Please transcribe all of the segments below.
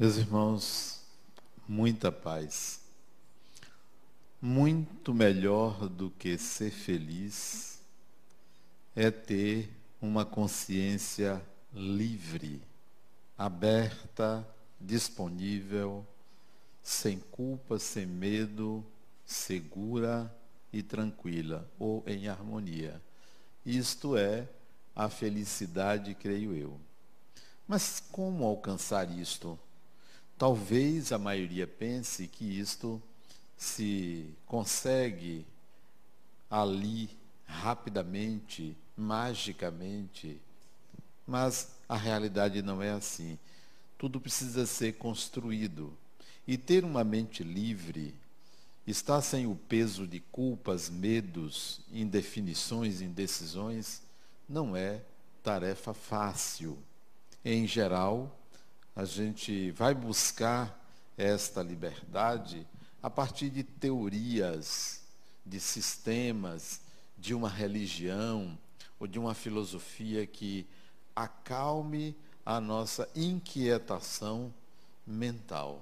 Meus irmãos, muita paz. Muito melhor do que ser feliz é ter uma consciência livre, aberta, disponível, sem culpa, sem medo, segura e tranquila, ou em harmonia. Isto é a felicidade, creio eu. Mas como alcançar isto? Talvez a maioria pense que isto se consegue ali, rapidamente, magicamente, mas a realidade não é assim. Tudo precisa ser construído. E ter uma mente livre, estar sem o peso de culpas, medos, indefinições, indecisões, não é tarefa fácil. Em geral, a gente vai buscar esta liberdade a partir de teorias, de sistemas, de uma religião ou de uma filosofia que acalme a nossa inquietação mental.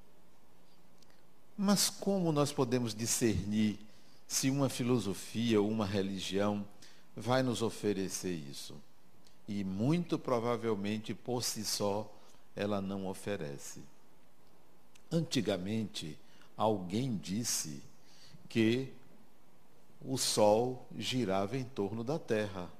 Mas como nós podemos discernir se uma filosofia ou uma religião vai nos oferecer isso? E muito provavelmente, por si só, ela não oferece. Antigamente, alguém disse que o Sol girava em torno da Terra.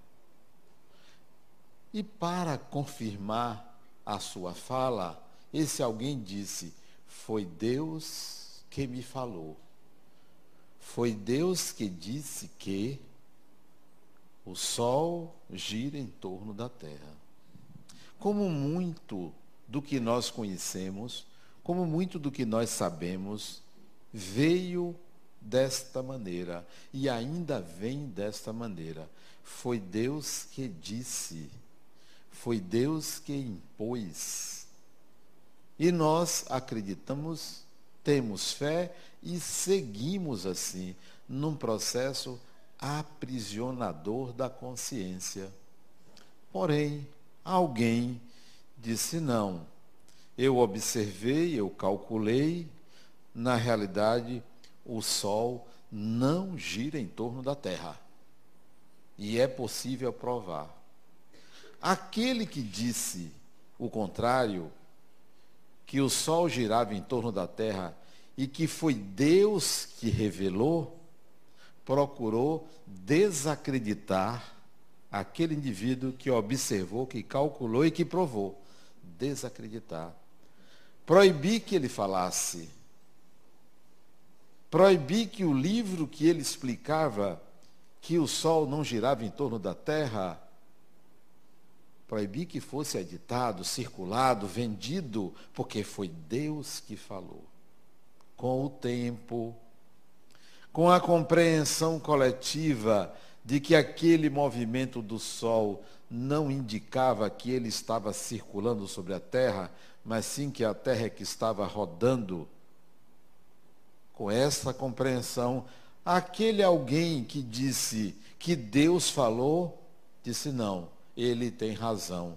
E para confirmar a sua fala, esse alguém disse: foi Deus que me falou. Foi Deus que disse que o Sol gira em torno da Terra. Como muito do que nós conhecemos, como muito do que nós sabemos, veio desta maneira e ainda vem desta maneira. Foi Deus que disse, foi Deus que impôs. E nós acreditamos, temos fé e seguimos assim, num processo aprisionador da consciência. Porém, alguém disse não. Eu observei, eu calculei, na realidade, o Sol não gira em torno da Terra. E é possível provar. Aquele que disse o contrário, que o Sol girava em torno da Terra e que foi Deus que revelou, procurou desacreditar aquele indivíduo que observou, que calculou e que provou. Desacreditar. Proibir que ele falasse. Proibir que o livro que ele explicava que o Sol não girava em torno da Terra, proibir que fosse editado, circulado, vendido, porque foi Deus que falou. Com o tempo, com a compreensão coletiva de que aquele movimento do Sol não indicava que ele estava circulando sobre a Terra, mas sim que a Terra é que estava rodando. Com essa compreensão, aquele alguém que disse que Deus falou, disse não, ele tem razão.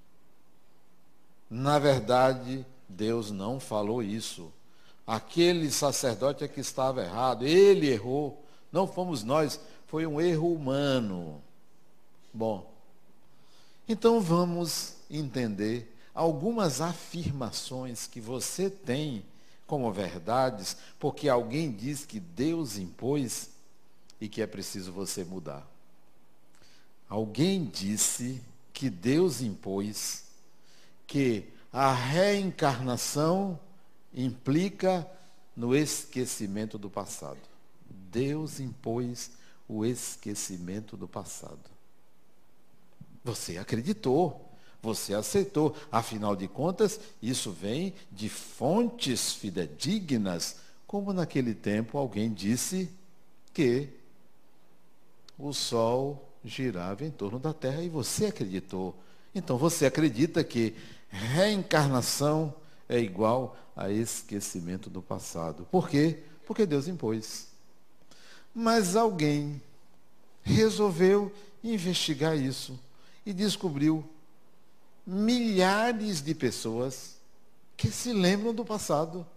Na verdade, Deus não falou isso. Aquele sacerdote é que estava errado, ele errou, não fomos nós, foi um erro humano. Bom, então vamos entender algumas afirmações que você tem como verdades, porque alguém diz que Deus impôs e que é preciso você mudar. Alguém disse que Deus impôs que a reencarnação implica no esquecimento do passado. Deus impôs o esquecimento do passado. Você acreditou, você aceitou. Afinal de contas, isso vem de fontes fidedignas, como naquele tempo alguém disse que o Sol girava em torno da Terra e você acreditou. Então você acredita que reencarnação é igual a esquecimento do passado. Por quê? Porque Deus impôs. Mas alguém resolveu investigar isso e descobriu milhares de pessoas que se lembram do passado.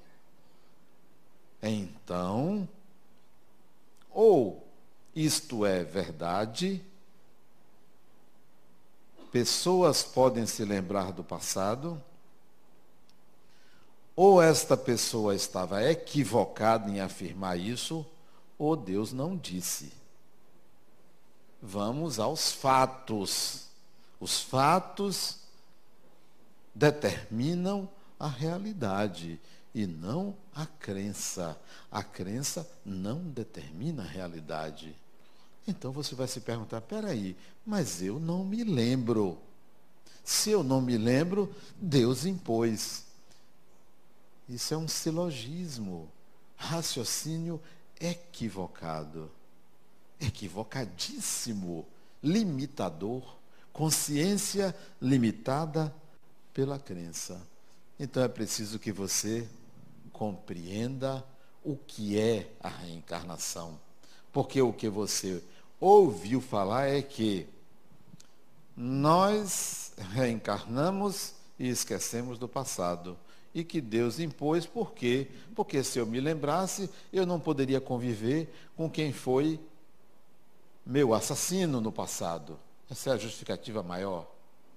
Então, ou isto é verdade, pessoas podem se lembrar do passado, ou esta pessoa estava equivocada em afirmar isso, ou Deus não disse. Vamos aos fatos. Os fatos determinam a realidade e não a crença. A crença não determina a realidade. Então você vai se perguntar, peraí, mas eu não me lembro. Se eu não me lembro, Deus impôs. Isso é um silogismo, raciocínio equivocado, equivocadíssimo, limitador, consciência limitada pela crença. Então é preciso que você compreenda o que é a reencarnação. Porque o que você ouviu falar é que nós reencarnamos e esquecemos do passado. E que Deus impôs, por quê? Porque se eu me lembrasse, eu não poderia conviver com quem foi meu assassino no passado. Essa é a justificativa maior.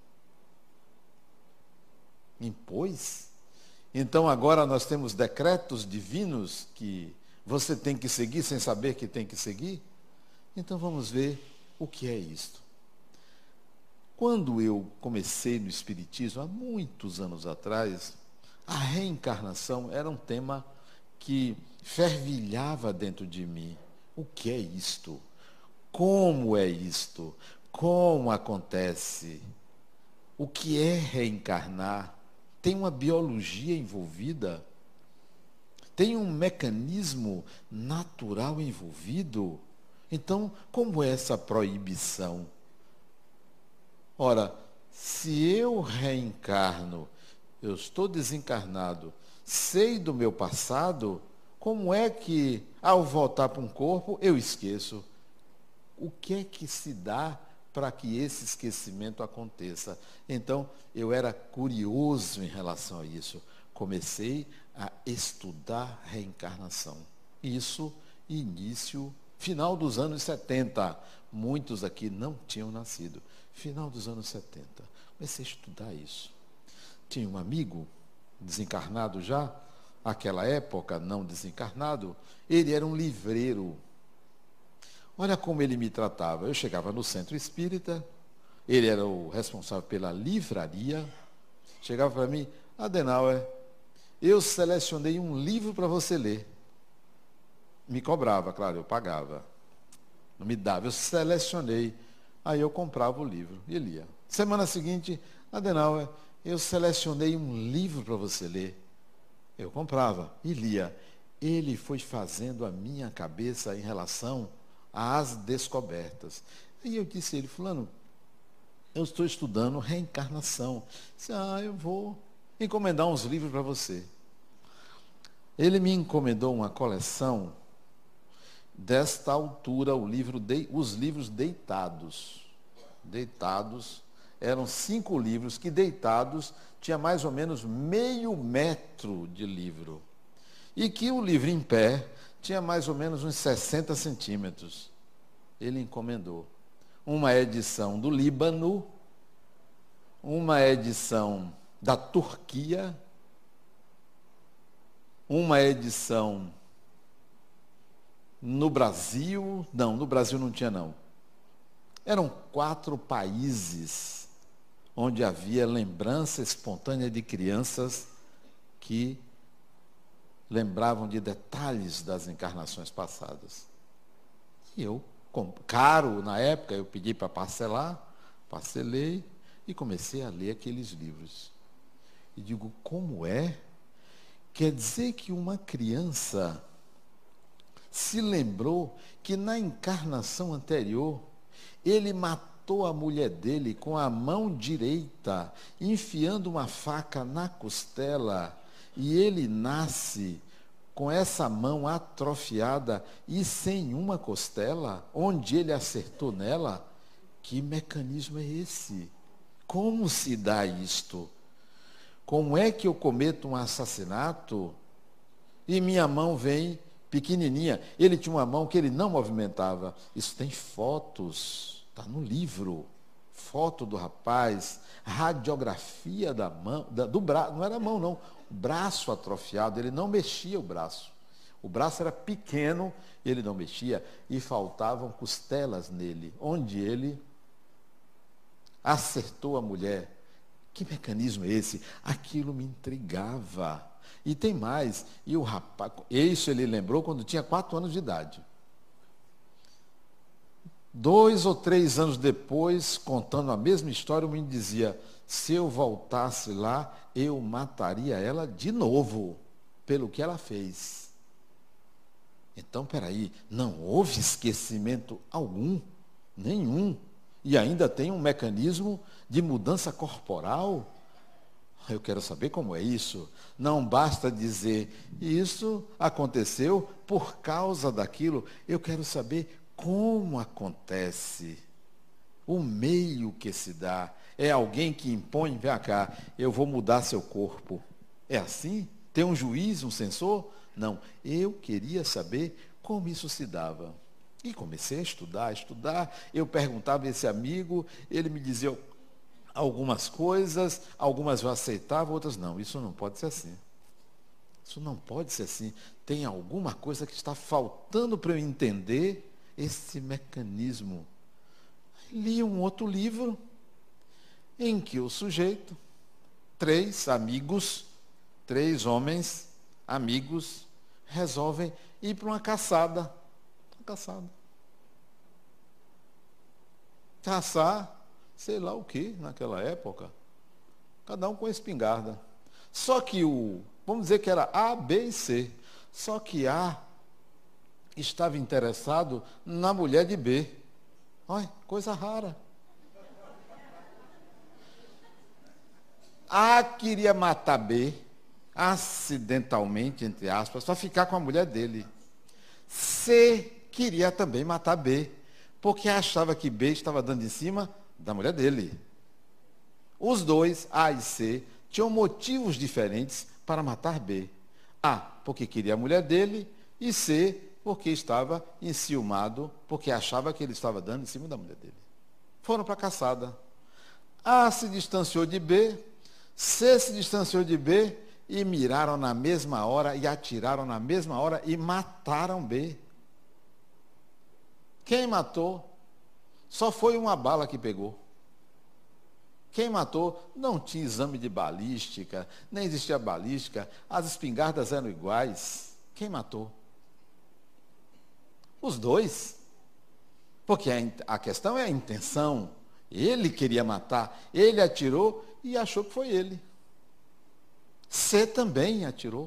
Impôs? Então agora nós temos decretos divinos que você tem que seguir sem saber que tem que seguir? Então vamos ver o que é isto. Quando eu comecei no Espiritismo, há muitos anos atrás, a reencarnação era um tema que fervilhava dentro de mim. O que é isto? Como é isto? Como acontece? O que é reencarnar? Tem uma biologia envolvida? Tem um mecanismo natural envolvido? Então, como é essa proibição? Ora, se eu reencarno, eu estou desencarnado, sei do meu passado, como é que, ao voltar para um corpo, eu esqueço? O que é que se dá para que esse esquecimento aconteça? Então, eu era curioso em relação a isso. Comecei a estudar reencarnação. Isso, final dos anos 70. Muitos aqui não tinham nascido. Final dos anos 70. Comecei a estudar isso. Tinha um amigo, desencarnado já, naquela época, não desencarnado, ele era um livreiro. Olha como ele me tratava. Eu chegava no centro espírita, ele era o responsável pela livraria, chegava para mim, Adenauer, eu selecionei um livro para você ler. Me cobrava, claro, eu pagava. Não me dava, eu selecionei. Aí eu comprava o livro e lia. Semana seguinte, Adenauer, eu selecionei um livro para você ler. Eu comprava e lia. Ele foi fazendo a minha cabeça em relação às descobertas. Aí eu disse a ele, fulano, eu estou estudando reencarnação. Disse, eu vou encomendar uns livros para você. Ele me encomendou uma coleção desta altura, os livros deitados. Deitados. Eram 5 livros que deitados tinha mais ou menos meio metro de livro. E que o livro em pé tinha mais ou menos uns 60 centímetros. Ele encomendou. Uma edição do Líbano, uma edição da Turquia, uma edição no Brasil. Não, no Brasil não tinha não. Eram 4 países onde havia lembrança espontânea de crianças que lembravam de detalhes das encarnações passadas. E eu, caro na época, eu pedi para parcelar, parcelei e comecei a ler aqueles livros. E digo, como é? Quer dizer que uma criança se lembrou que na encarnação anterior ele matou a mulher dele com a mão direita, enfiando uma faca na costela, e ele nasce com essa mão atrofiada e sem uma costela, onde ele acertou nela. Que mecanismo é esse? Como se dá isto? Como é que eu cometo um assassinato e minha mão vem pequenininha? Ele tinha uma mão que ele não movimentava. Isso tem fotos, está no livro. Foto do rapaz, radiografia da mão, do braço, não era a mão não, o braço atrofiado, ele não mexia o braço. O braço era pequeno, ele não mexia, e faltavam costelas nele, onde ele acertou a mulher. Que mecanismo é esse? Aquilo me intrigava. E tem mais, e o rapaz, isso ele lembrou quando tinha 4 anos de idade. 2 ou 3 anos depois, contando a mesma história, o menino dizia: se eu voltasse lá, eu mataria ela de novo, pelo que ela fez. Então, peraí, não houve esquecimento algum, nenhum. E ainda tem um mecanismo de mudança corporal. Eu quero saber como é isso. Não basta dizer, isso aconteceu por causa daquilo. Eu quero saber como acontece, o meio que se dá. É alguém que impõe, vem cá, eu vou mudar seu corpo. É assim? Tem um juiz, um censor? Não. Eu queria saber como isso se dava. E comecei a estudar. Eu perguntava a esse amigo, ele me dizia algumas coisas, algumas eu aceitava, outras não. Isso não pode ser assim. Isso não pode ser assim. Tem alguma coisa que está faltando para eu entender esse mecanismo. Li um outro livro em que o sujeito, 3 amigos, 3 homens, amigos, resolvem ir para uma caçada. Uma caçada. Caçar, sei lá o que, naquela época. Cada um com espingarda. Só que vamos dizer que era A, B e C. Só que A estava interessado na mulher de B. Olha, coisa rara. A queria matar B, acidentalmente, entre aspas, para ficar com a mulher dele. C queria também matar B, porque achava que B estava dando em cima da mulher dele. Os dois, A e C, tinham motivos diferentes para matar B. A, porque queria a mulher dele, e C, porque estava enciumado, porque achava que ele estava dando em cima da mulher dele. Foram para a caçada. A se distanciou de B, C se distanciou de B, e miraram na mesma hora, e atiraram na mesma hora, e mataram B. Quem matou? Só foi uma bala que pegou. Quem matou? Não tinha exame de balística, nem existia balística, as espingardas eram iguais. Quem matou? Os dois. Porque a questão é a intenção. Ele queria matar, ele atirou e achou que foi ele. C também atirou.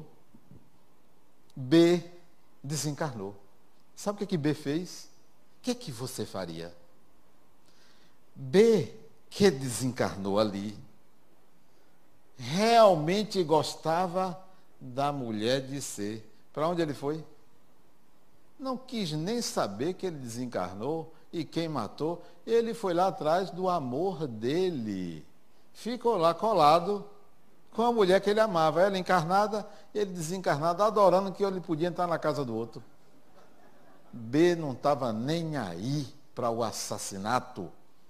B desencarnou. Sabe o que B fez? O que você faria? B, que desencarnou ali, realmente gostava da mulher de C. Para onde ele foi? Não quis nem saber que ele desencarnou e quem matou. Ele foi lá atrás do amor dele. Ficou lá colado com a mulher que ele amava. Ela encarnada, ele desencarnado, adorando que ele podia entrar na casa do outro. B não estava nem aí para o assassinato.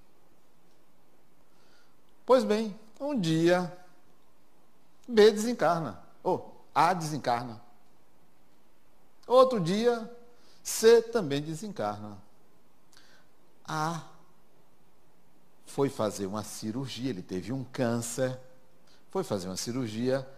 Pois bem, um dia, B desencarna. Ou A desencarna. Outro dia, C também desencarna. A foi fazer uma cirurgia, ele teve um câncer, foi fazer uma cirurgia,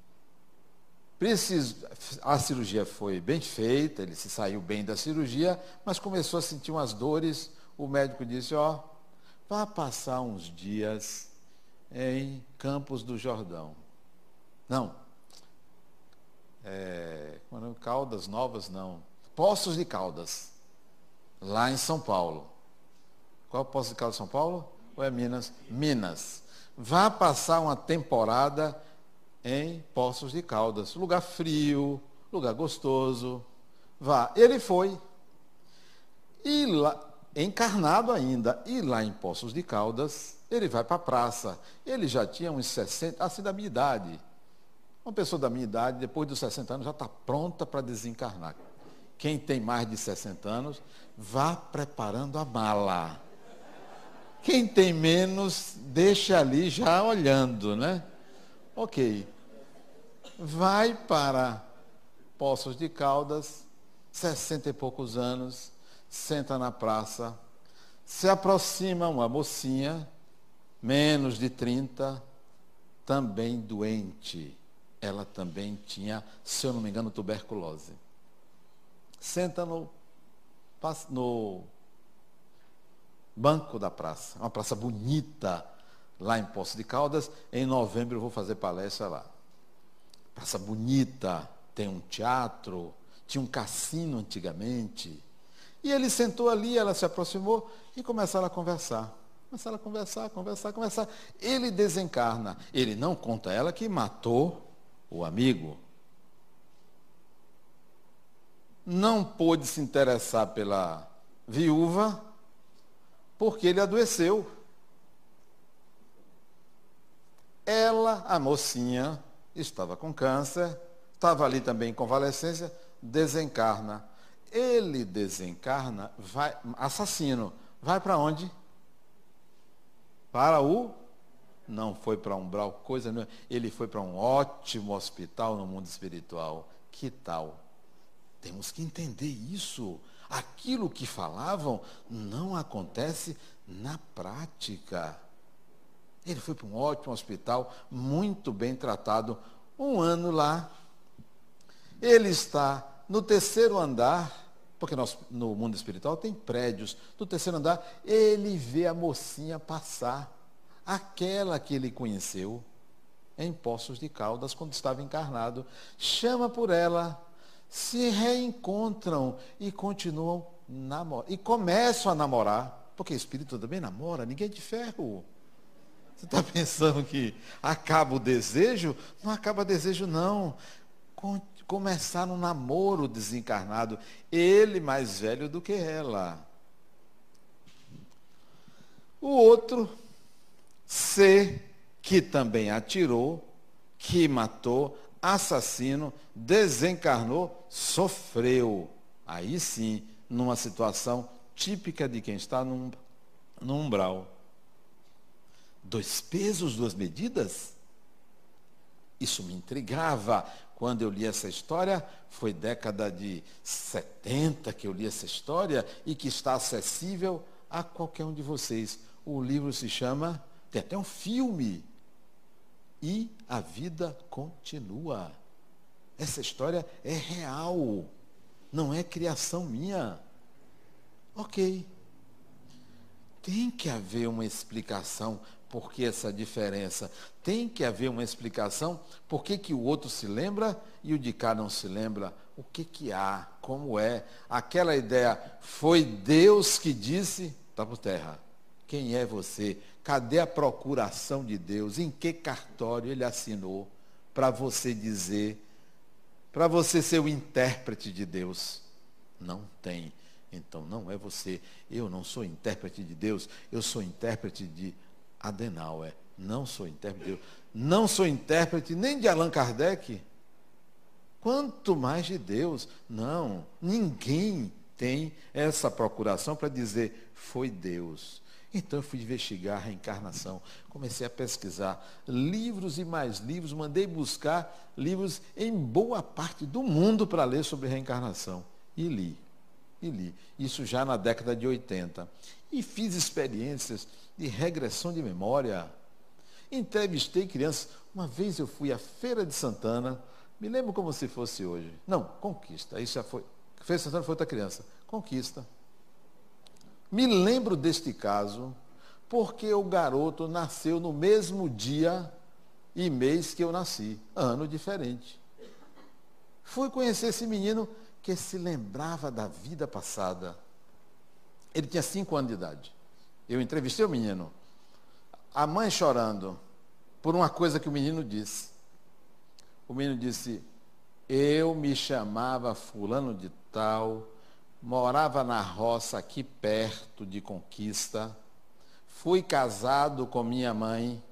a cirurgia foi bem feita, ele se saiu bem da cirurgia, mas começou a sentir umas dores, o médico disse, vá passar uns dias em Campos do Jordão. Não. Caldas Novas, não. Poços de Caldas, lá em São Paulo. Qual é o Poço de Caldas de São Paulo? Ou é Minas? Minas. Vá passar uma temporada em Poços de Caldas. Lugar frio, lugar gostoso. Vá. Ele foi. E lá, encarnado ainda. E lá em Poços de Caldas, ele vai para a praça. Ele já tinha uns 60, assim da minha idade. Uma pessoa da minha idade, depois dos 60 anos, já está pronta para desencarnar. Quem tem mais de 60 anos, vá preparando a mala. Quem tem menos, deixa ali já olhando, né? Ok. Vai para Poços de Caldas, 60 e poucos anos, senta na praça, se aproxima uma mocinha, menos de 30, também doente. Ela também tinha, se eu não me engano, tuberculose. Senta no banco da praça, uma praça bonita, lá em Poços de Caldas. Em novembro eu vou fazer palestra lá. Praça bonita, tem um teatro, tinha um cassino antigamente. E ele sentou ali, ela se aproximou e começaram a conversar. Começaram a conversar. Ele desencarna. Ele não conta a ela que matou o amigo. Não pôde se interessar pela viúva, porque ele adoeceu. Ela, a mocinha, estava com câncer, estava ali também em convalescência, desencarna. Ele desencarna, vai, assassino, vai para onde? Não foi para umbral, coisa nenhuma. Ele foi para um ótimo hospital no mundo espiritual. Que tal? Temos que entender isso. Aquilo que falavam não acontece na prática. Ele foi para um ótimo hospital, muito bem tratado, 1 ano lá. Ele está no 3º andar, porque no mundo espiritual tem prédios. No 3º andar, ele vê a mocinha passar, aquela que ele conheceu em Poços de Caldas, quando estava encarnado. Chama por ela, se reencontram e continuam namorando. E começam a namorar, porque espírito também namora, ninguém é de ferro. Você está pensando que acaba o desejo? Não acaba o desejo, não. Começar um namoro desencarnado. Ele mais velho do que ela. O outro, C, que também atirou, que matou, assassino, desencarnou, sofreu. Aí sim, numa situação típica de quem está no umbral. 2 pesos, 2 medidas? Isso me intrigava. Quando eu li essa história, foi década de 70 que eu li essa história e que está acessível a qualquer um de vocês. O livro se chama, tem até um filme, E a Vida Continua. Essa história é real, não é criação minha. Ok. Tem que haver uma explicação por que essa diferença. Tem que haver uma explicação por que o outro se lembra e o de cá não se lembra. O que há, como é. Aquela ideia, foi Deus que disse, está por terra. Quem é você? Cadê a procuração de Deus? Em que cartório ele assinou para você dizer, para você ser o intérprete de Deus? Não tem. Então não é você. Eu não sou intérprete de Deus, eu sou intérprete de Adenauer. Não sou intérprete de Deus. Não sou intérprete nem de Allan Kardec. Quanto mais de Deus. Não, ninguém tem essa procuração para dizer, foi Deus. Então eu fui investigar a reencarnação, comecei a pesquisar livros e mais livros, mandei buscar livros em boa parte do mundo para ler sobre reencarnação. E li. Isso já na década de 80. E fiz experiências de regressão de memória. Entrevistei crianças. Uma vez eu fui à Feira de Santana, me lembro como se fosse hoje. Não, Conquista. Isso já foi. Feira de Santana foi outra criança. Conquista. Me lembro deste caso, porque o garoto nasceu no mesmo dia e mês que eu nasci. Ano diferente. Fui conhecer esse menino que se lembrava da vida passada. Ele tinha 5 anos de idade. Eu entrevistei o menino. A mãe chorando por uma coisa que o menino disse. O menino disse, eu me chamava fulano de tal, morava na roça aqui perto de Conquista, fui casado com minha mãe,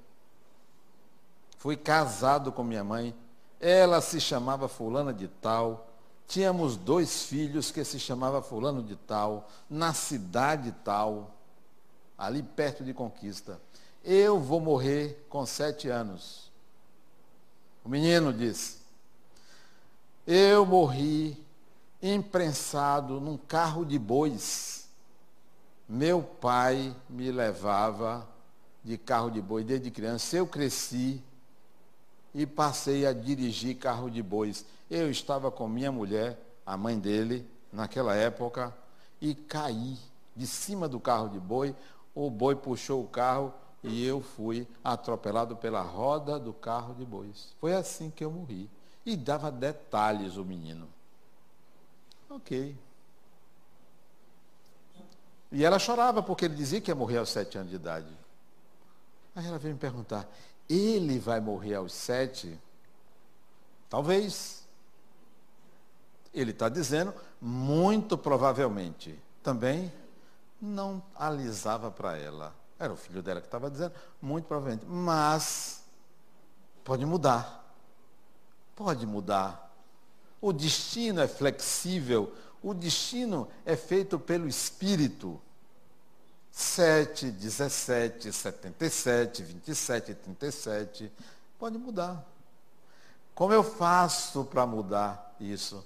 ela se chamava fulana de tal, tínhamos 2 filhos que se chamava fulano de tal, na cidade tal, ali perto de Conquista. Eu vou morrer com 7 anos. O menino disse, eu morri imprensado num carro de bois. Meu pai me levava de carro de boi desde criança. Eu cresci e passei a dirigir carro de bois. Eu estava com minha mulher, a mãe dele, naquela época, e caí de cima do carro de boi. O boi puxou o carro e eu fui atropelado pela roda do carro de bois. Foi assim que eu morri. E dava detalhes o menino. Ok. E ela chorava porque ele dizia que ia morrer aos 7 anos de idade. Aí ela veio me perguntar, ele vai morrer aos 7? Talvez. Ele está dizendo, muito provavelmente. Também não alisava para ela. Era o filho dela que estava dizendo, muito provavelmente. Mas pode mudar. Pode mudar. O destino é flexível, o destino é feito pelo Espírito. 7, 17, 77, 27, 37, pode mudar. Como eu faço para mudar isso?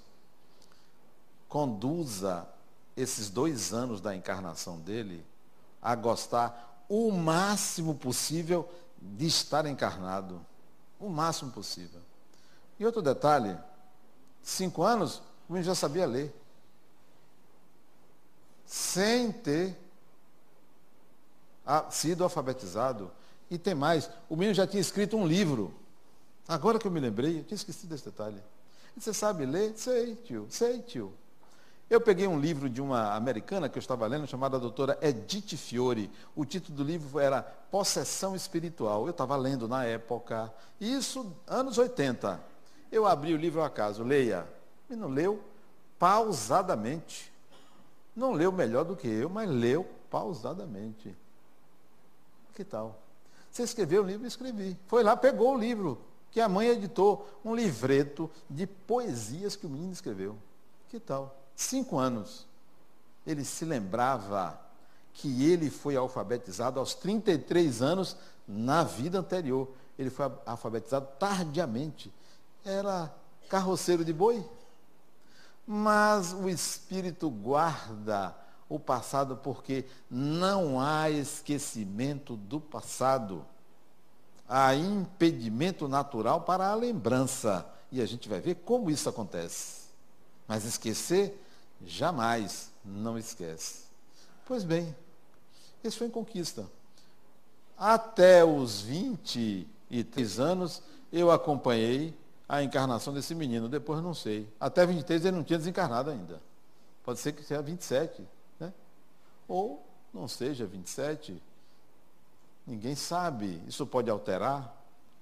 Conduza esses 2 anos da encarnação dele a gostar o máximo possível de estar encarnado. O máximo possível. E outro detalhe, 5 anos, o menino já sabia ler. Sem ter sido alfabetizado. E tem mais, o menino já tinha escrito um livro. Agora que eu me lembrei, eu tinha esquecido desse detalhe. Você sabe ler? Sei, tio. Eu peguei um livro de uma americana que eu estava lendo, chamada doutora Edith Fiore. O título do livro era Possessão Espiritual. Eu estava lendo na época. Isso, anos 80. Eu abri o livro ao acaso, leia. E não leu pausadamente. Não leu melhor do que eu, mas leu pausadamente. Que tal? Você escreveu o livro? Escrevi. Foi lá, pegou o livro, que a mãe editou, um livreto de poesias que o menino escreveu. Que tal? 5 anos. Ele se lembrava que ele foi alfabetizado aos 33 anos na vida anterior. Ele foi alfabetizado tardiamente. Era carroceiro de boi. Mas o Espírito guarda o passado porque não há esquecimento do passado. Há impedimento natural para a lembrança. E a gente vai ver como isso acontece. Mas esquecer, jamais, não esquece. Pois bem, esse foi em Conquista. Até os 23 anos, eu acompanhei a encarnação desse menino. Depois não sei. Até 23 ele não tinha desencarnado ainda. Pode ser que seja 27, né? Ou não seja 27. Ninguém sabe. Isso pode alterar.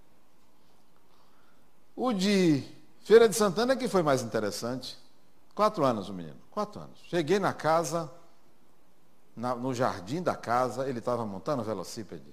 O de Feira de Santana é que foi mais interessante. 4 anos o menino. 4 anos. Cheguei na casa, no jardim da casa, ele estava montando o velocípede.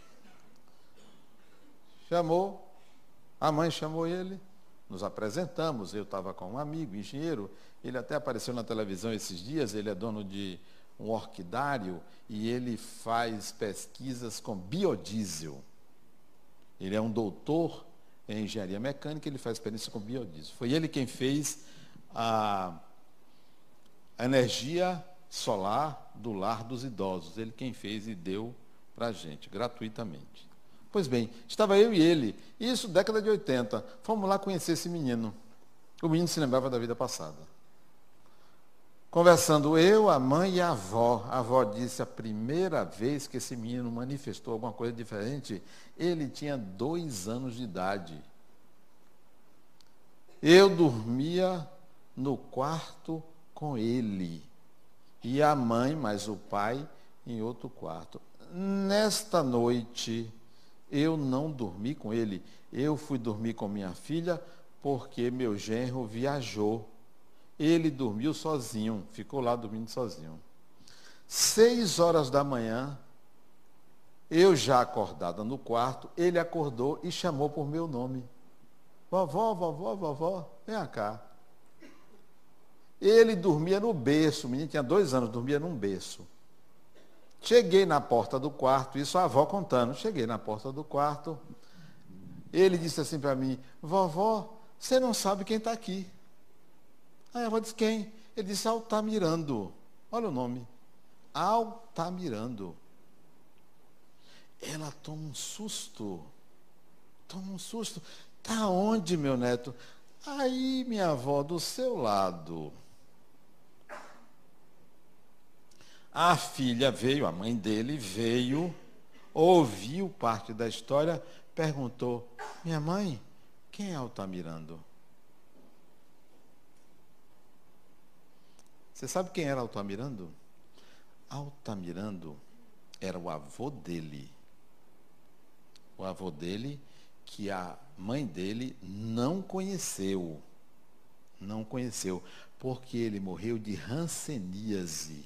Chamou. A mãe chamou ele, nos apresentamos, eu estava com um amigo, engenheiro, ele até apareceu na televisão esses dias, ele é dono de um orquidário e ele faz pesquisas com biodiesel. Ele é um doutor em engenharia mecânica, ele faz experiência com biodiesel. Foi ele quem fez a energia solar do lar dos idosos, ele quem fez e deu para a gente, gratuitamente. Pois bem, estava eu e ele, isso década de 80, fomos lá conhecer esse menino. O menino se lembrava da vida passada. Conversando eu, a mãe e a avó disse, a primeira vez que esse menino manifestou alguma coisa diferente, ele tinha 2 anos de idade. Eu dormia no quarto com ele, e a mãe, mais o pai, em outro quarto. Nesta noite, eu não dormi com ele, eu fui dormir com minha filha porque meu genro viajou Ele dormiu sozinho, ficou lá dormindo sozinho. 6 horas da manhã, eu já acordada no quarto, ele acordou e chamou por meu nome. Vovó, vovó, vovó, vem cá. Ele dormia no berço, o menino tinha 2 anos, dormia num berço. Cheguei na porta do quarto, isso a avó contando, cheguei na porta do quarto, ele disse assim para mim, vovó, você não sabe quem está aqui. Aí a avó disse, quem? Ele disse, Altamirando. Olha o nome. Altamirando. Ela toma um susto. Toma um susto. Tá onde, meu neto? Aí, minha avó, do seu lado. A filha veio, a mãe dele veio, ouviu parte da história, perguntou, minha mãe, quem é Altamirando? Você sabe quem era Altamirando? Altamirando era o avô dele. O avô dele que a mãe dele não conheceu. Não conheceu, porque ele morreu de hanseníase.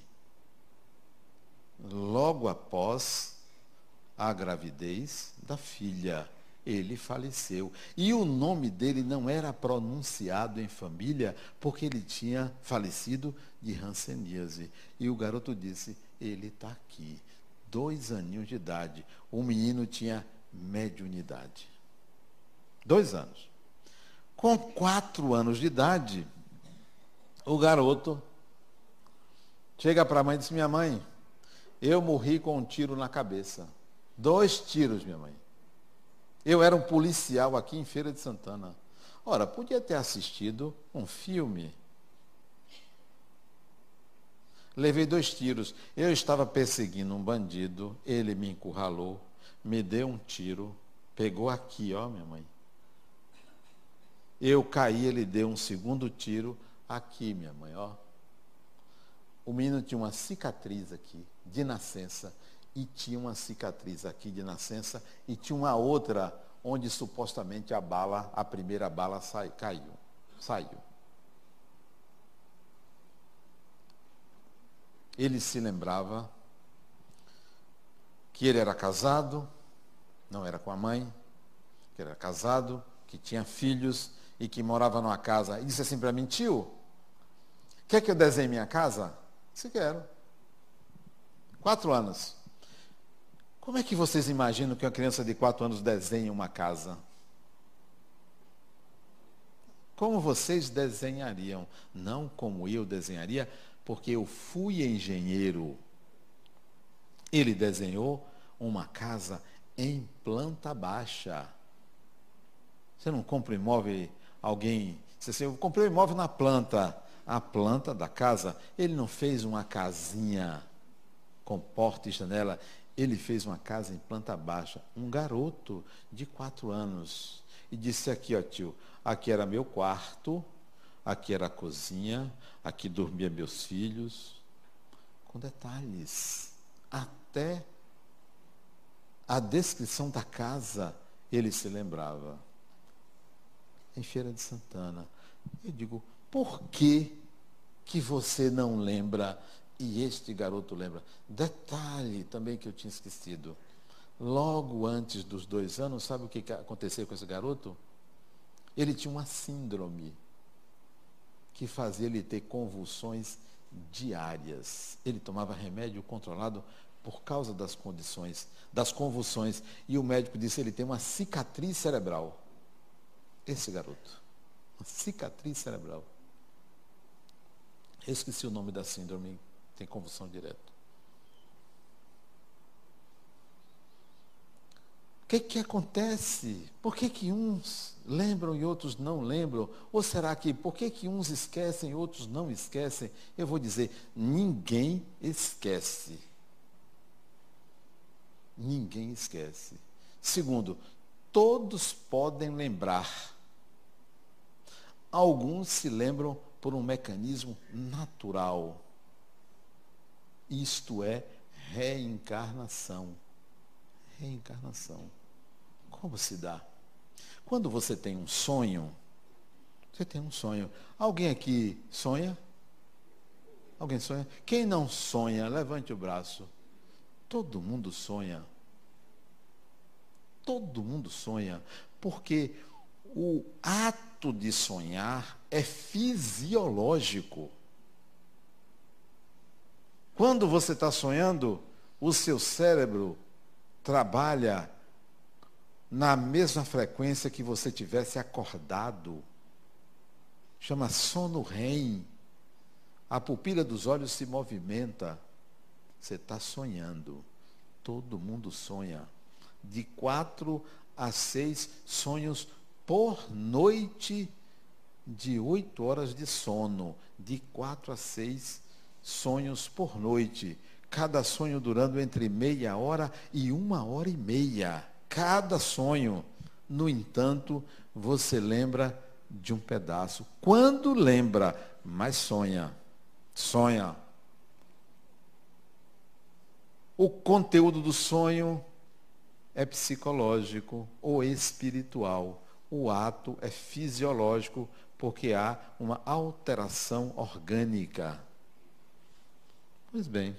Logo após a gravidez da filha, ele faleceu. E o nome dele não era pronunciado em família, porque ele tinha falecido de hanseníase. E o garoto disse, ele está aqui, 2 aninhos de idade. O menino tinha mediunidade. 2 anos. Com 4 anos de idade, o garoto chega para a mãe e diz, minha mãe, eu morri com um tiro na cabeça. 2 tiros, minha mãe. Eu era um policial aqui em Feira de Santana. Ora, podia ter assistido um filme. Levei 2 tiros. Eu estava perseguindo um bandido, ele me encurralou, me deu um tiro, pegou aqui, ó, minha mãe. Eu caí, ele deu um segundo tiro, aqui, minha mãe, ó. O menino tinha uma cicatriz aqui, de nascença, e tinha uma cicatriz aqui de nascença, e tinha uma outra, onde supostamente a primeira bala saiu. Ele se lembrava que ele era casado, não era com a mãe, que era casado, que tinha filhos e que morava numa casa. E disse assim para mim, tio, quer que eu desenhe minha casa? Se quero. 4 anos. Como é que vocês imaginam que uma criança de 4 anos desenha uma casa? Como vocês desenhariam? Não como eu desenharia, porque eu fui engenheiro. Ele desenhou uma casa em planta baixa. Você não compra imóvel, alguém... Você, eu comprei um imóvel na planta. A planta da casa, ele não fez uma casinha com porta e janela, ele fez uma casa em planta baixa. Um garoto de 4 anos. E disse aqui, ó tio, aqui era meu quarto, aqui era a cozinha, aqui dormia meus filhos. Com detalhes. Até a descrição da casa, ele se lembrava. Em Feira de Santana. Eu digo, por que você não lembra e este garoto lembra? Detalhe também que eu tinha esquecido. Logo antes dos 2 anos, sabe o que aconteceu com esse garoto? Ele tinha uma síndrome que fazia ele ter convulsões diárias. Ele tomava remédio controlado por causa das condições, das convulsões. E o médico disse, ele tem uma cicatriz cerebral. Esse garoto. Uma cicatriz cerebral. Eu esqueci o nome da síndrome, tem convulsão direta. O que acontece? Por que uns lembram e outros não lembram? Ou será que, por que uns esquecem e outros não esquecem? Eu vou dizer, ninguém esquece. Ninguém esquece. Segundo, todos podem lembrar. Alguns se lembram por um mecanismo natural. Isto é reencarnação. Reencarnação. Como se dá? Quando você tem um sonho, Você tem um sonho. Alguém aqui sonha? Alguém sonha? Quem não sonha, levante o braço. Todo mundo sonha. Todo mundo sonha. Porque o ato de sonhar é fisiológico. Quando você está sonhando, o seu cérebro trabalha na mesma frequência que você tivesse acordado. Chama sono REM. A pupila dos olhos se movimenta. Você está sonhando. Todo mundo sonha. De 4 a 6 sonhos por noite, de 8 horas de sono. De 4 a 6 sonhos por noite. Cada sonho durando entre meia hora e 1h30. Cada sonho. No entanto, você lembra de um pedaço. Quando lembra, mas sonha. Sonha. O conteúdo do sonho é psicológico ou espiritual. O ato é fisiológico, porque há uma alteração orgânica. Pois bem.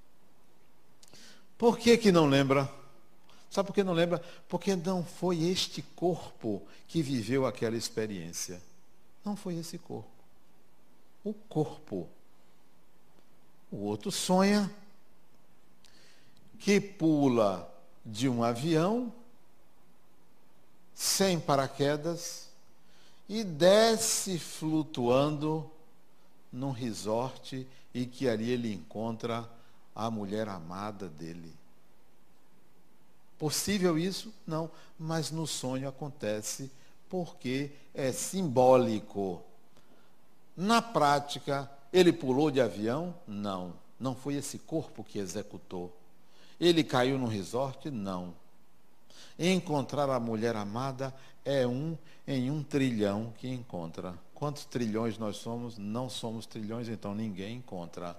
Por que não lembra? Sabe por que não lembra? Porque não foi este corpo que viveu aquela experiência. Não foi esse corpo. O corpo. O outro sonha que pula de um avião sem paraquedas e desce flutuando num resort e que ali ele encontra a mulher amada dele. Possível isso? Não, mas no sonho acontece porque é simbólico. Na prática, ele pulou de avião? Não, não foi esse corpo que executou. Ele caiu no resort? Não. Encontrar a mulher amada é em 1 trilhão que encontra. Quantos trilhões nós somos? Não somos trilhões, então ninguém encontra.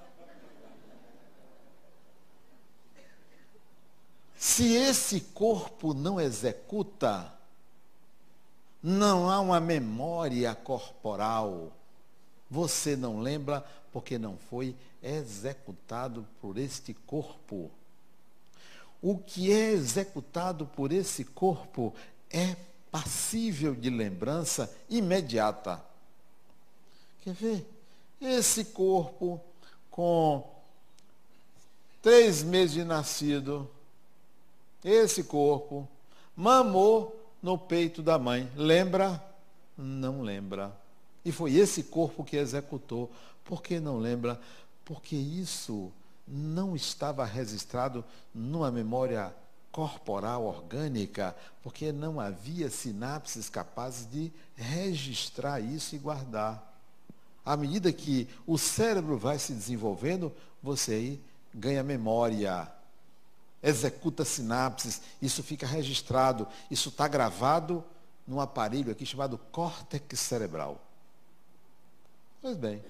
Se esse corpo não executa, não há uma memória corporal. Você não lembra porque não foi executado por este corpo. O que é executado por esse corpo é passível de lembrança imediata. Quer ver? Esse corpo, com 3 meses de nascido, esse corpo mamou no peito da mãe. Lembra? Não lembra. E foi esse corpo que executou. Por que não lembra? Porque isso não estava registrado numa memória corporal, orgânica, porque não havia sinapses capazes de registrar isso e guardar. À medida que o cérebro vai se desenvolvendo, você aí ganha memória, executa sinapses, isso fica registrado, isso está gravado num aparelho aqui chamado córtex cerebral. Pois bem,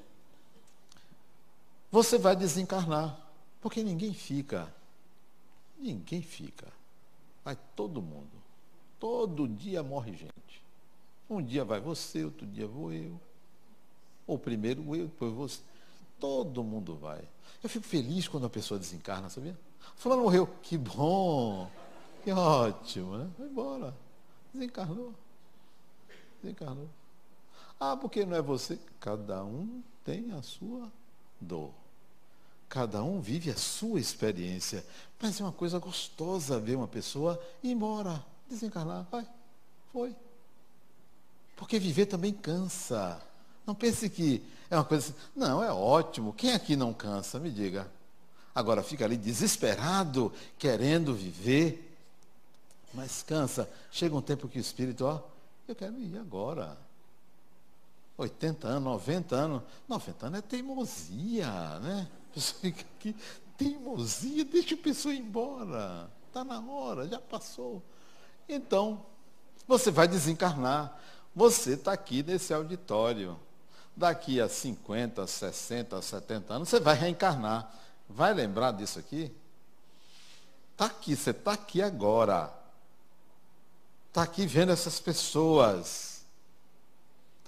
você vai desencarnar, porque ninguém fica. Ninguém fica. Vai todo mundo. Todo dia morre gente. Um dia vai você, outro dia vou eu. Ou primeiro eu, depois você. Todo mundo vai. Eu fico feliz quando a pessoa desencarna, sabia? Fulano morreu. Que bom. Que ótimo, né? Vai embora. Desencarnou. Desencarnou. Ah, porque não é você? Cada um tem a sua dor. Cada um vive a sua experiência. Mas é uma coisa gostosa ver uma pessoa ir embora, desencarnar. Vai, foi. Porque viver também cansa. Não pense que é uma coisa assim. Não, é ótimo. Quem aqui não cansa? Me diga. Agora fica ali desesperado, querendo viver. Mas cansa. Chega um tempo que o espírito, eu quero ir agora. 80 anos, 90 anos. 90 anos é teimosia, né? A pessoa fica aqui, teimosia, deixa a pessoa ir embora. Está na hora, já passou. Então, você vai desencarnar. Você está aqui nesse auditório. Daqui a 50, 60, 70 anos, você vai reencarnar. Vai lembrar disso aqui? Está aqui, você está aqui agora. Está aqui vendo essas pessoas.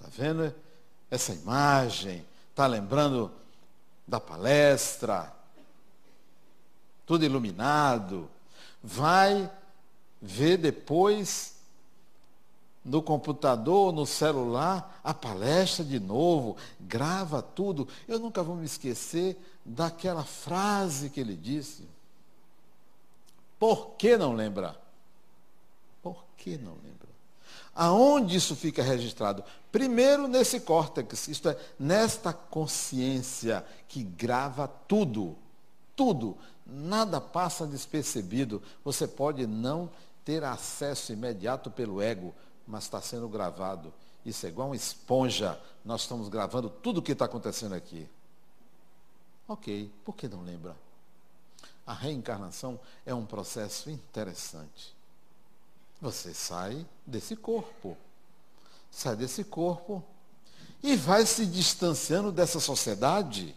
Está vendo essa imagem? Está lembrando da palestra? Tudo iluminado. Vai ver depois no computador, no celular, a palestra de novo, grava tudo. Eu nunca vou me esquecer daquela frase que ele disse. Por que não lembra? Por que não lembra? Aonde isso fica registrado? Primeiro nesse córtex, isto é, nesta consciência que grava tudo. Tudo. Nada passa despercebido. Você pode não ter acesso imediato pelo ego, mas está sendo gravado. Isso é igual uma esponja. Nós estamos gravando tudo o que está acontecendo aqui. Ok, por que não lembra? A reencarnação é um processo interessante. Você sai desse corpo. Sai desse corpo e vai se distanciando dessa sociedade.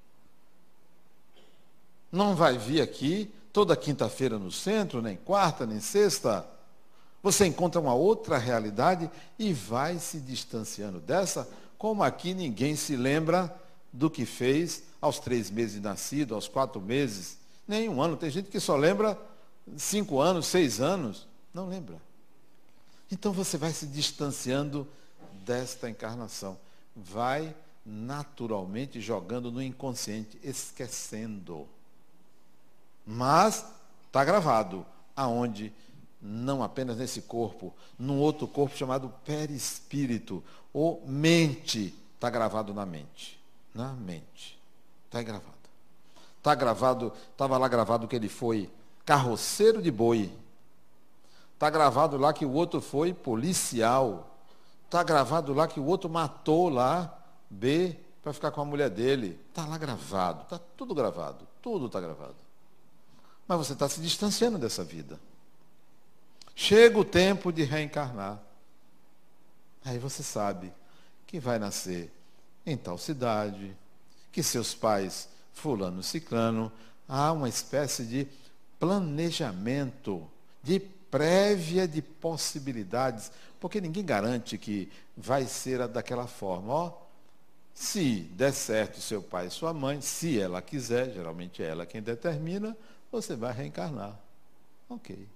Não vai vir aqui toda quinta-feira no centro, nem quarta, nem sexta. Você encontra uma outra realidade e vai se distanciando dessa, como aqui ninguém se lembra do que fez aos 3 meses de nascido, aos 4 meses, nem 1 ano. Tem gente que só lembra 5 anos, 6 anos. Não lembra. Então você vai se distanciando desta encarnação. Vai naturalmente jogando no inconsciente, esquecendo. Mas está gravado. Aonde? Não apenas nesse corpo, num outro corpo chamado perispírito, ou mente. Está gravado na mente. Na mente. Está gravado. Está gravado, estava lá gravado que ele foi carroceiro de boi. Está gravado lá que o outro foi policial. Está gravado lá que o outro matou lá B para ficar com a mulher dele. Está lá gravado, está tudo gravado, tudo está gravado. Mas você está se distanciando dessa vida. Chega o tempo de reencarnar. Aí você sabe que vai nascer em tal cidade, que seus pais, fulano, ciclano, há uma espécie de planejamento, de prévia de possibilidades, porque ninguém garante que vai ser daquela forma. Ó, se der certo seu pai e sua mãe, se ela quiser, geralmente é ela quem determina, você vai reencarnar. Ok.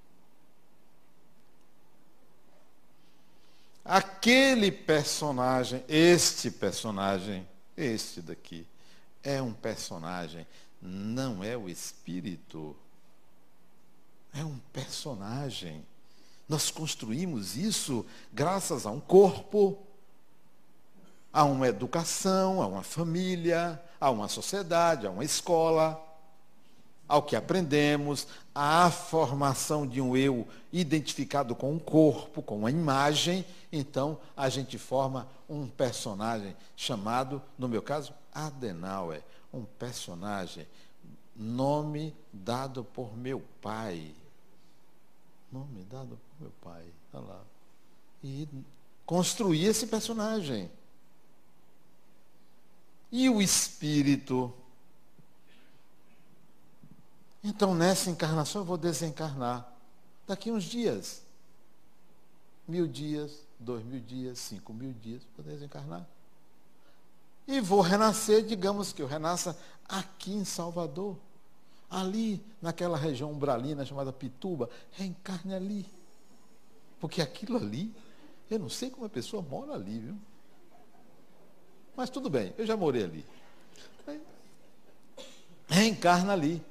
Aquele personagem, este daqui, é um personagem, não é o espírito. É um personagem. Nós construímos isso graças a um corpo, a uma educação, a uma família, a uma sociedade, a uma escola, ao que aprendemos, à formação de um eu identificado com um corpo, com uma imagem. Então, a gente forma um personagem chamado, no meu caso, Adenauer. Um personagem, nome dado por meu pai. Nome dado por meu pai. Olha lá. E construí esse personagem. E o espírito? Então, nessa encarnação, eu vou desencarnar. Daqui uns dias. 1000 dias, 2000 dias, 5000 dias, vou desencarnar. E vou renascer, digamos que eu renasça aqui em Salvador. Ali, naquela região umbralina chamada Pituba, reencarne ali. Porque aquilo ali, eu não sei como a pessoa mora ali, viu? Mas tudo bem, eu já morei ali. Reencarna ali.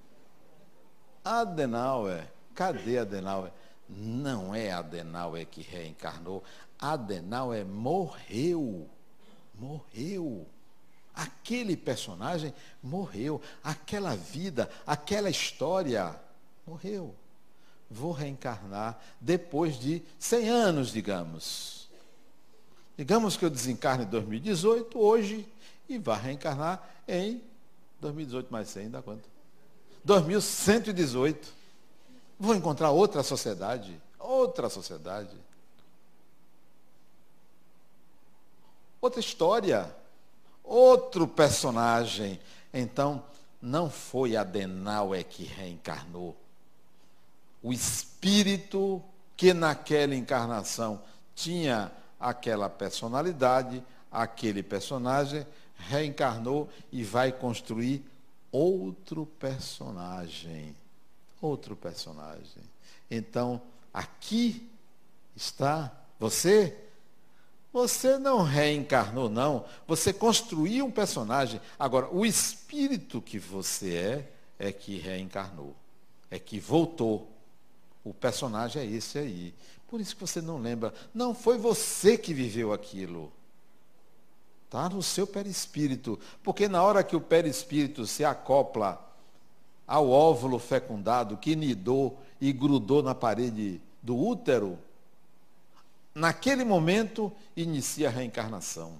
Adenauer, cadê Adenauer? Não é Adenauer que reencarnou. Adenauer morreu. Morreu. Aquele personagem morreu. Aquela vida, aquela história morreu. Vou reencarnar depois de 100 anos, digamos. Digamos que eu desencarne em 2018, hoje, e vá reencarnar em 2018 mais 100, dá quanto? 2118. Vou encontrar outra sociedade. Outra sociedade. Outra história. Outro personagem. Então, não foi Adenauer que reencarnou. O espírito que naquela encarnação tinha aquela personalidade, aquele personagem, reencarnou e vai construir outro personagem. Outro personagem. Então, aqui está você. Você não reencarnou, não. Você construiu um personagem. Agora, o espírito que você é que reencarnou. É que voltou. O personagem é esse aí. Por isso que você não lembra. Não foi você que viveu aquilo. Está no seu perispírito. Porque na hora que o perispírito se acopla ao óvulo fecundado, que nidou e grudou na parede do útero, naquele momento inicia a reencarnação.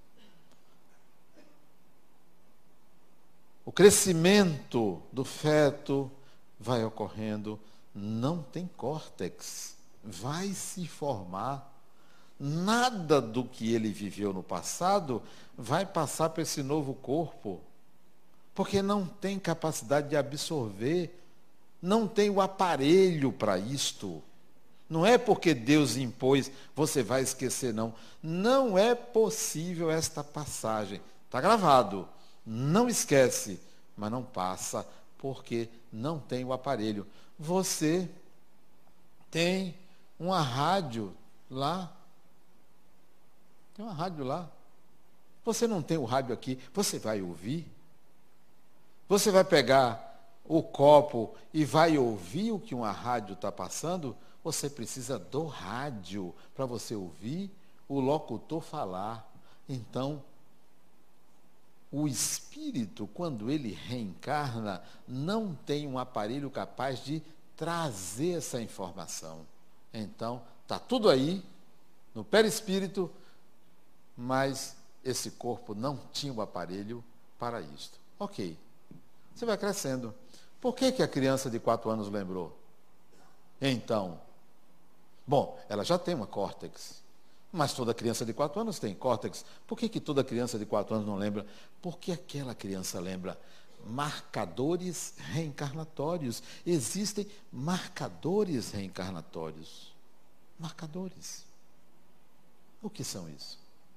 O crescimento do feto vai ocorrendo, não tem córtex, vai se formar. Nada do que ele viveu no passado vai passar para esse novo corpo, porque não tem capacidade de absorver, não tem o aparelho para isto. Não é porque Deus impôs, você vai esquecer, não. Não é possível esta passagem. Está gravado. Não esquece, mas não passa, porque não tem o aparelho. Você tem uma rádio lá. Tem uma rádio lá. Você não tem o rádio aqui, você vai ouvir? Você vai pegar o copo e vai ouvir o que uma rádio está passando? Você precisa do rádio para você ouvir o locutor falar. Então, o espírito, quando ele reencarna, não tem um aparelho capaz de trazer essa informação. Então, está tudo aí, no perispírito, mas esse corpo não tinha o aparelho para isto. Ok. Você vai crescendo. Por que a criança de 4 anos lembrou? Então, bom, ela já tem uma córtex, mas toda criança de 4 anos tem córtex. Por que toda criança de 4 anos não lembra? Porque aquela criança lembra marcadores reencarnatórios. Existem marcadores reencarnatórios. Marcadores. O que são isso?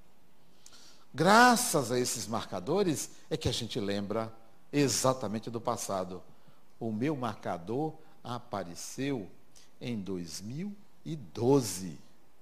Graças a esses marcadores é que a gente lembra exatamente do passado. O meu marcador apareceu em 2012.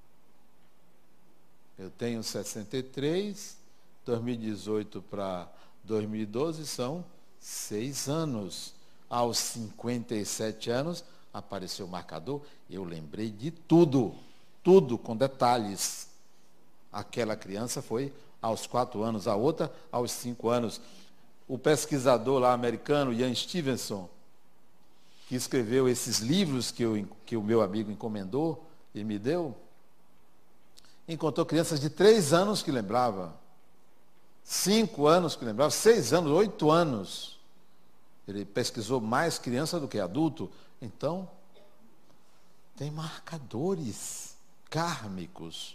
Eu tenho 63, 2018 para 2012 são 6 anos. Aos 57 anos apareceu o marcador, eu lembrei de tudo, tudo com detalhes. Aquela criança foi aos 4 anos, a outra aos 5 anos. O pesquisador lá americano, Ian Stevenson, que escreveu esses livros que o meu amigo encomendou e me deu, encontrou crianças de 3 anos que lembrava, 5 anos que lembrava, 6 anos, 8 anos. Ele pesquisou mais criança do que adulto. Então, tem marcadores kármicos.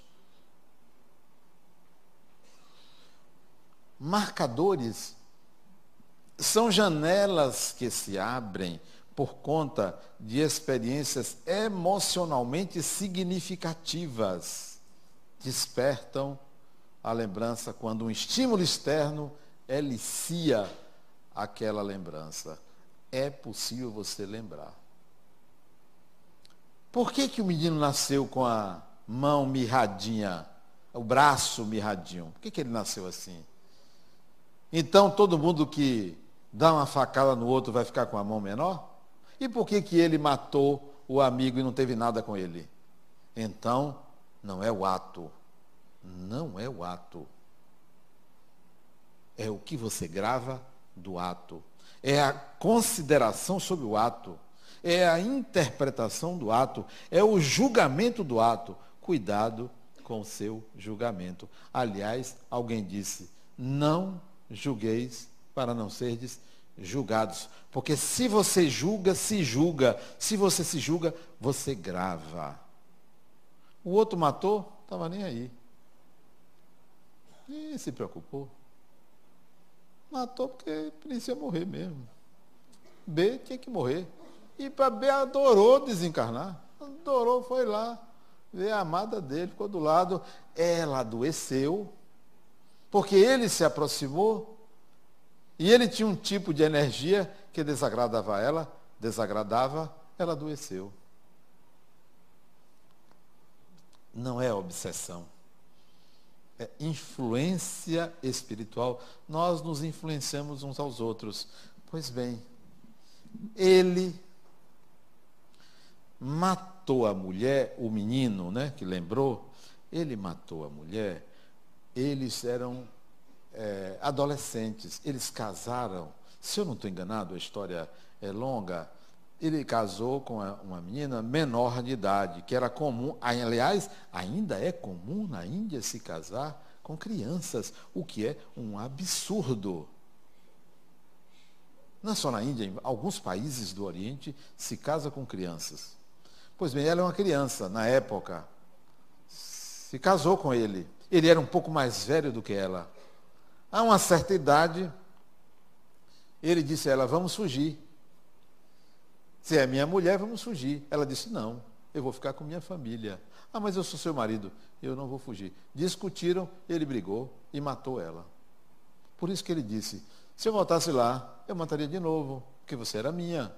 Marcadores são janelas que se abrem por conta de experiências emocionalmente significativas. Despertam a lembrança quando um estímulo externo elicia aquela lembrança. É possível você lembrar. Por que o menino nasceu com a mão mirradinha, o braço mirradinho? Por que ele nasceu assim? Então, todo mundo que dá uma facada no outro vai ficar com a mão menor? E por que ele matou o amigo e não teve nada com ele? Então, não é o ato. Não é o ato. É o que você grava do ato. É a consideração sobre o ato. É a interpretação do ato. É o julgamento do ato. Cuidado com o seu julgamento. Aliás, alguém disse, não julgueis para não serdes julgados. Porque se você julga, se julga. Se você se julga, você grava. O outro matou, estava nem aí. E se preocupou. Matou porque precisa morrer mesmo. B tinha que morrer. E para B adorou desencarnar. Adorou, foi lá. Veio a amada dele, ficou do lado. Ela adoeceu, porque ele se aproximou e ele tinha um tipo de energia que desagradava ela, ela adoeceu. Não é obsessão. É influência espiritual. Nós nos influenciamos uns aos outros. Pois bem, ele matou a mulher, o menino, né, que lembrou, ele matou a mulher. Eles eram adolescentes, eles casaram. Se eu não estou enganado, a história é longa. Ele casou com uma menina menor de idade, que era comum, aliás, ainda é comum na Índia se casar com crianças, o que é um absurdo. Não é só na Índia, em alguns países do Oriente se casa com crianças. Pois bem, ela é uma criança, na época, se casou com ele. Ele era um pouco mais velho do que ela. A uma certa idade, ele disse a ela, vamos fugir. Se é minha mulher, vamos fugir. Ela disse, não, eu vou ficar com minha família. Ah, mas eu sou seu marido, eu não vou fugir. Discutiram, ele brigou e matou ela. Por isso que ele disse, se eu voltasse lá, eu mataria de novo, porque você era minha.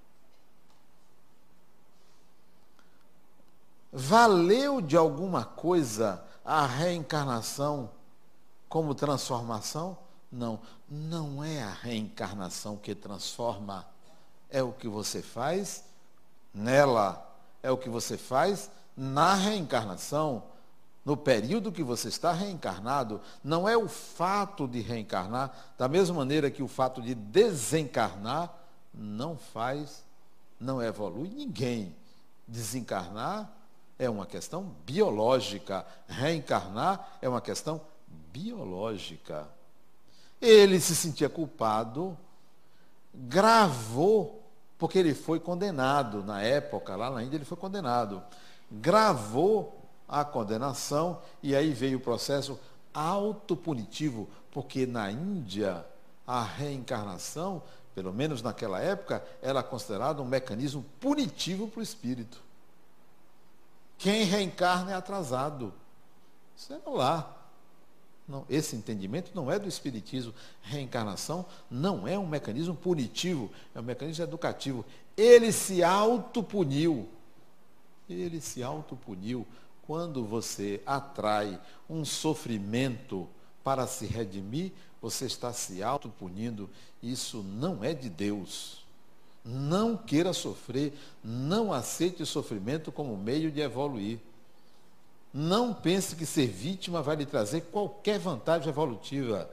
Valeu de alguma coisa a reencarnação como transformação? Não, não é a reencarnação que transforma. É o que você faz nela, é o que você faz na reencarnação, no período que você está reencarnado. Não é o fato de reencarnar, da mesma maneira que o fato de desencarnar não evolui ninguém. Desencarnar é uma questão biológica, reencarnar é uma questão biológica. Ele se sentia culpado, gravou, porque ele foi condenado, na época, lá na Índia, ele foi condenado. Gravou a condenação e aí veio o processo autopunitivo, porque na Índia a reencarnação, pelo menos naquela época, era considerada um mecanismo punitivo para o espírito. Quem reencarna é atrasado. Isso é lá. Não, esse entendimento não é do espiritismo. Reencarnação não é um mecanismo punitivo, é um mecanismo educativo. Ele se autopuniu. Ele se autopuniu. Quando você atrai um sofrimento para se redimir, você está se autopunindo. Isso não é de Deus. Não queira sofrer, não aceite o sofrimento como meio de evoluir. Não pense que ser vítima vai lhe trazer qualquer vantagem evolutiva.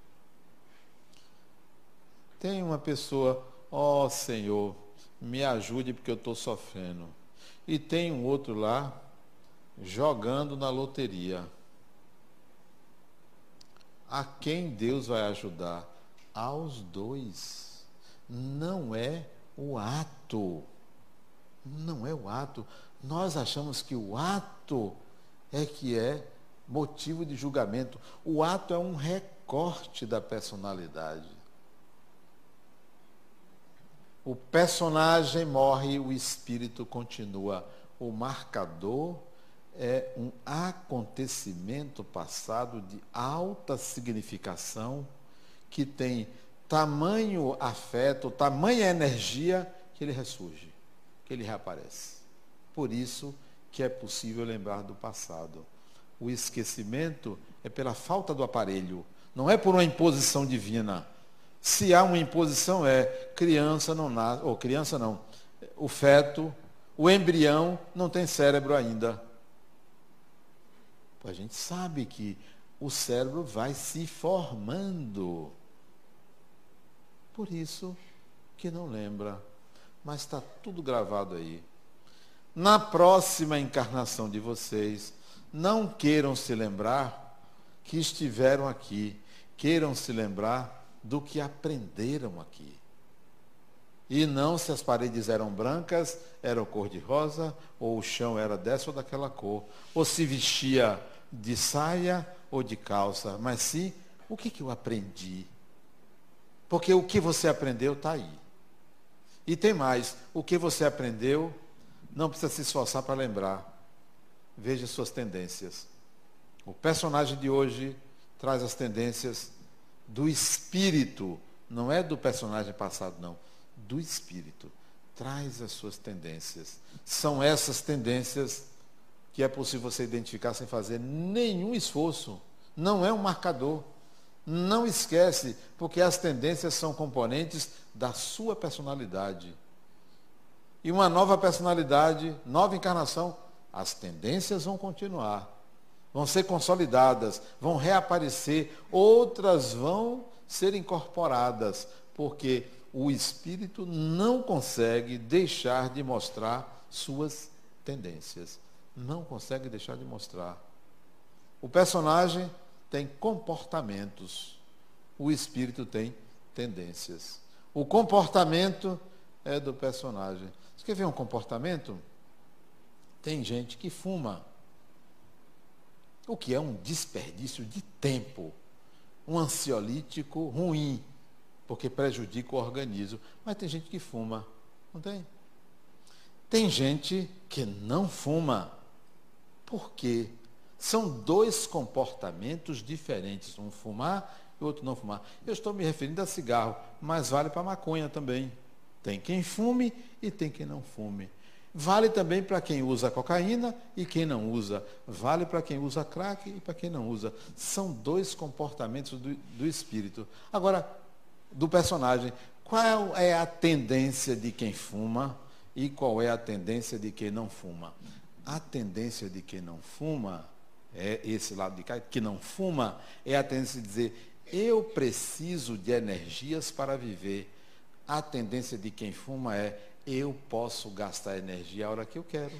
Tem uma pessoa, ó Senhor, me ajude porque eu estou sofrendo. E tem um outro lá, jogando na loteria. A quem Deus vai ajudar? Aos dois. Não é o ato. Não é o ato. Nós achamos que o ato é que é motivo de julgamento. O ato é um recorte da personalidade. O personagem morre, o espírito continua. O marcador é um acontecimento passado de alta significação que tem tamanho afeto, tamanha energia que ele ressurge, que ele reaparece. Por isso que é possível lembrar do passado. O esquecimento é pela falta do aparelho, não é por uma imposição divina. Se há uma imposição criança não nasce, ou criança não, o feto, o embrião não tem cérebro ainda. A gente sabe que o cérebro vai se formando. Por isso que não lembra, mas está tudo gravado aí. Na próxima encarnação de vocês, não queiram se lembrar que estiveram aqui, queiram se lembrar do que aprenderam aqui. E não se as paredes eram brancas, eram cor-de-rosa, ou o chão era dessa ou daquela cor, ou se vestia de saia ou de calça, mas sim, o que eu aprendi? Porque o que você aprendeu está aí. E tem mais, o que você aprendeu não precisa se esforçar para lembrar. veja suas tendências. O personagem de hoje traz as tendências do espírito, não é do personagem passado, não, do espírito. Traz as suas tendências. São essas tendências que é possível você identificar sem fazer nenhum esforço. Não é um marcador. Não esquece, porque as tendências são componentes da sua personalidade. E uma nova personalidade, nova encarnação, as tendências vão continuar. Vão ser consolidadas, vão reaparecer, outras vão ser incorporadas, porque o espírito não consegue deixar de mostrar suas tendências. Não consegue deixar de mostrar. O personagem tem comportamentos, o espírito tem tendências. O comportamento é do personagem. Você quer ver um comportamento? Tem gente que fuma, o que é um desperdício de tempo, um ansiolítico ruim, porque prejudica o organismo. Mas tem gente que fuma, não tem? Tem gente que não fuma. Por quê? São dois comportamentos diferentes, um fumar e o outro não fumar. Eu estou me referindo a cigarro, mas vale para maconha também. Tem quem fume e tem quem não fume. Vale também para quem usa cocaína e quem não usa. Vale para quem usa crack e para quem não usa. São dois comportamentos do espírito. Agora, do personagem, qual é a tendência de quem fuma e qual é a tendência de quem não fuma? A tendência de quem não fuma, é esse lado de cá, que não fuma, é a tendência de dizer, eu preciso de energias para viver. A tendência de quem fuma é, eu posso gastar energia a hora que eu quero.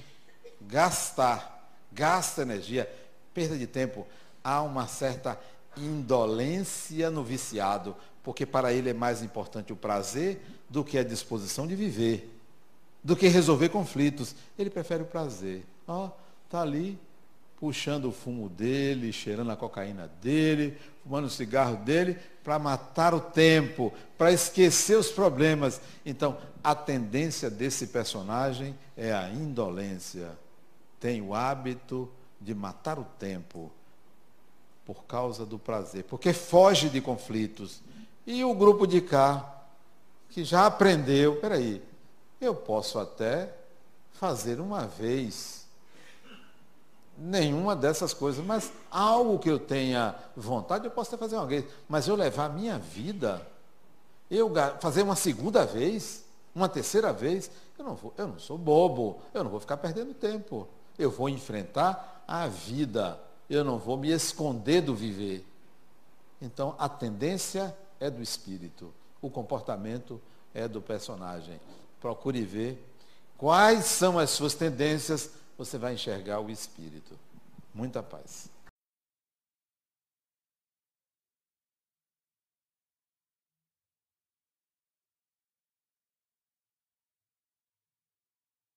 Gasta energia, perda de tempo. Há uma certa indolência no viciado, porque para ele é mais importante o prazer do que a disposição de viver, do que resolver conflitos. Ele prefere o prazer. Está ali, puxando o fumo dele, cheirando a cocaína dele, fumando o cigarro dele, para matar o tempo, para esquecer os problemas. Então, a tendência desse personagem é a indolência. Tem o hábito de matar o tempo por causa do prazer, porque foge de conflitos. E o grupo de cá, que já aprendeu, peraí, eu posso até fazer uma vez nenhuma dessas coisas, mas algo que eu tenha vontade, eu posso até fazer uma vez, mas eu levar a minha vida, eu fazer uma segunda vez, uma terceira vez, eu não sou bobo, eu não vou ficar perdendo tempo, eu vou enfrentar a vida, eu não vou me esconder do viver. Então, a tendência é do espírito, o comportamento é do personagem. Procure ver quais são as suas tendências, você vai enxergar o espírito. Muita paz.